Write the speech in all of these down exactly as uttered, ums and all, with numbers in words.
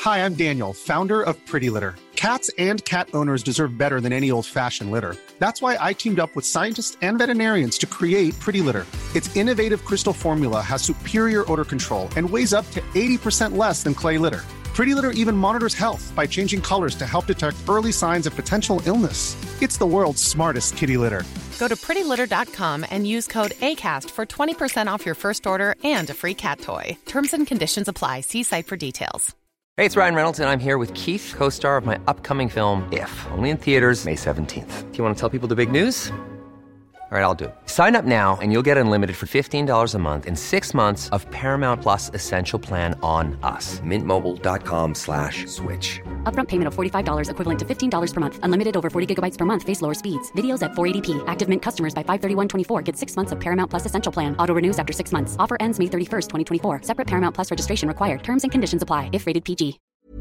Hi, I'm Daniel, founder of Pretty Litter. Cats and cat owners deserve better than any old-fashioned litter. That's why I teamed up with scientists and veterinarians to create Pretty Litter. Its innovative crystal formula has superior odor control and weighs up to eighty percent less than clay litter. Pretty Litter even monitors health by changing colors to help detect early signs of potential illness. It's the world's smartest kitty litter. Go to pretty litter dot com and use code ACAST for twenty percent off your first order and a free cat toy. Terms and conditions apply. See site for details. Hey, it's Ryan Reynolds, and I'm here with Keith, co-star of my upcoming film, If, only in theaters May seventeenth. Do you want to tell people the big news? All right, I'll do it. Sign up now and you'll get unlimited for fifteen dollars a month and six months of Paramount Plus Essential Plan on us. Mint Mobile dot com slash switch. Upfront payment of forty-five dollars equivalent to fifteen dollars per month. Unlimited over forty gigabytes per month. Face lower speeds. Videos at four eighty p. Active Mint customers by five thirty-one twenty-four get six months of Paramount Plus Essential Plan. Auto renews after six months. Offer ends May thirty-first, twenty twenty-four. Separate Paramount Plus registration required. Terms and conditions apply if rated P G.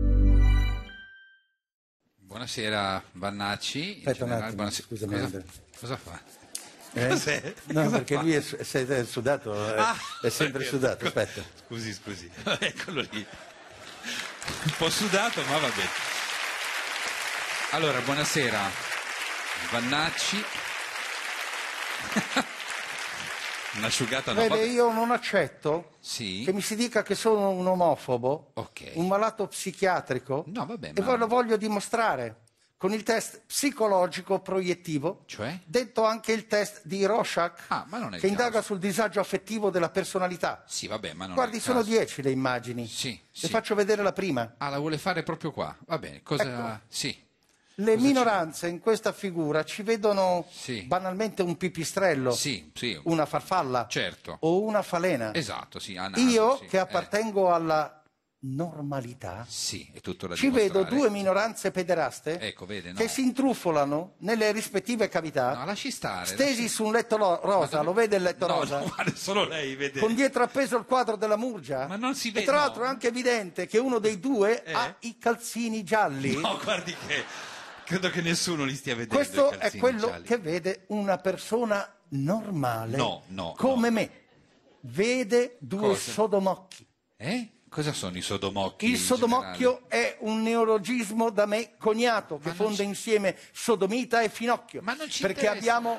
Buonasera Vannacci. Aspetta un attimo, buonasera. scusami, Cosa, Andrea. cosa fa? Eh? Cos'è? No, Cosa perché fa? lui è, su- è- è sudato, è, Ah, è sempre perché- sudato, aspetta. Scusi, scusi. Eccolo lì. Un po' sudato, ma va bene. Allora, buonasera Vannacci. Un'asciugata no. Vede, vabbè. io non accetto Sì. che mi si dica che sono un omofobo, Ok. un malato psichiatrico, No, vabbè, e ma- poi lo voglio dimostrare con il test psicologico proiettivo, Cioè? detto anche il test di Rorschach, Ah, ma non è il che indaga caso. sul disagio affettivo della personalità. Sì, vabbè, ma non Guardi, è il sono caso. dieci le immagini. Sì, Le sì. faccio vedere la prima. Ah, la vuole fare proprio qua. Va bene, cosa... Ecco. Sì. Le Cosa minoranze in questa figura ci vedono Sì. banalmente un pipistrello, Sì, sì. una farfalla Certo. o una falena. Esatto, sì. a naso, Io, sì. che appartengo alla normalità, Eh, sì, è tutto da ci vedo dimostrare. due minoranze pederaste Ecco, vede, no. che si intruffolano nelle rispettive cavità, No, lasci stare. stesi lasci- su un letto lo- rosa, Ma dove- lo vede il letto no, rosa? No, guarda, solo lei vede. Con dietro appeso il quadro della Murgia. Ma non si E vede, tra no. l'altro è anche evidente che uno dei due Eh? ha i calzini gialli. No, guardi che credo che nessuno li stia vedendo. Questo i è calzini quello gialli. che vede una persona normale, No, no, come no. me. Vede due Cosa? sodomocchi. Eh? Cosa sono i sodomocchi? Il in sodomocchio generale? è un neologismo da me coniato che Ma non fonde ci- insieme sodomita e finocchio. Ma non ci perché interessa. abbiamo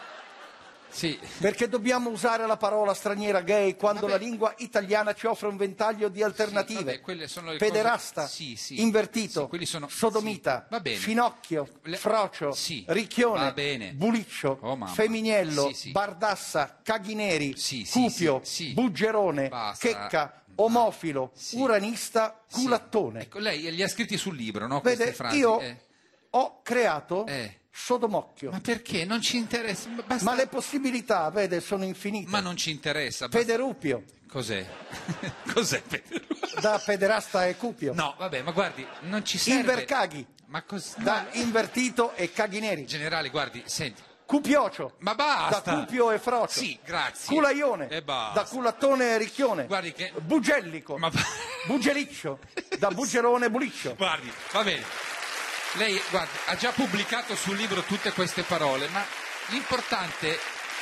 Sì. perché dobbiamo usare la parola straniera gay quando Vabbè. la lingua italiana ci offre un ventaglio di alternative. Sì, vabbè, quelle sono le Pederasta, cose- sì, sì. invertito, Sì, quelli sono- sodomita, sì, va bene. finocchio, Le- frocio, sì, ricchione, va bene. buliccio, Oh, mamma. feminiello, Sì, sì. bardassa, caghineri, Sì, sì, cupio, sì, sì. buggerone, Basta. checca, omofilo, Sì. uranista, Sì. culattone. Ecco, lei li ha scritti sul libro, no? Vede, Queste frasi. io Eh. ho creato Eh. sodomocchio, Ma perché? Non ci interessa. Basta... ma le possibilità, vede, sono infinite. Ma non ci interessa. basta- Pederupio, Cos'è? Cos'è Pederupio? da pederasta e cupio. No, vabbè, ma guardi, non ci serve. Invercaghi, Ma cos... da no, invertito e caghineri. generale, guardi, senti. Cupiocio, Ma basta. da cupio e frocio. Sì, grazie. Culaione, E basta. da culattone e ricchione. Guardi che- Bugellico, Ma- bugeliccio, da bugerone e buliccio. Guardi, va bene. Lei, guardi, ha già pubblicato sul libro tutte queste parole, ma l'importante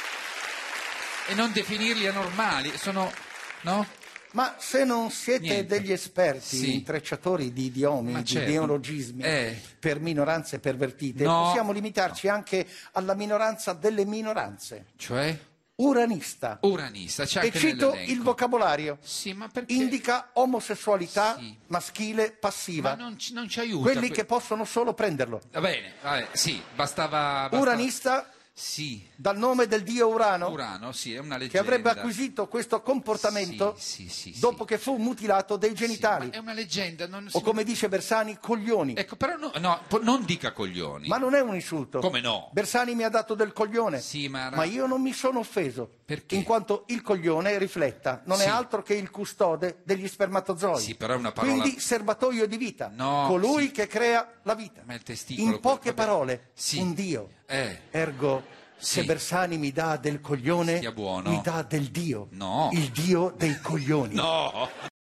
è non definirli anormali, sono, no? Ma se non siete Niente. degli esperti, Sì. intrecciatori di idiomi, Ma di certo. neologismi Eh. per minoranze pervertite, No. possiamo limitarci anche alla minoranza delle minoranze. Cioè? Uranista. Uranista, c'è E anche cito nell'elenco. il vocabolario. Sì, ma perché? Indica omosessualità Sì. maschile passiva. Ma non ci, non ci aiuta. Quelli que- che possono solo prenderlo. Va bene, va bene, sì, bastava... bastava... Uranista Sì, dal nome del dio Urano, Urano, sì, è una leggenda. che avrebbe acquisito questo comportamento Sì, sì, sì, dopo sì. che fu mutilato dei genitali. Sì, ma è una leggenda, non si- O come dice Bersani, coglioni. Ecco, però no, no, po- non dica coglioni. Ma non è un insulto. Come no? Bersani mi ha dato del coglione. Sì, ma- Ma io non mi sono offeso. Perché? In quanto il coglione, rifletta, non Sì. è altro che il custode degli spermatozoi. Sì, però è una parola- Quindi serbatoio di vita. No, colui sì. che crea la vita. Ma il testicolo, In poche vabbè. parole, Sì. un dio. Eh. Ergo, se Sì. Bersani mi dà del coglione, Stia buono. mi dà del dio. No. Il dio dei coglioni. No!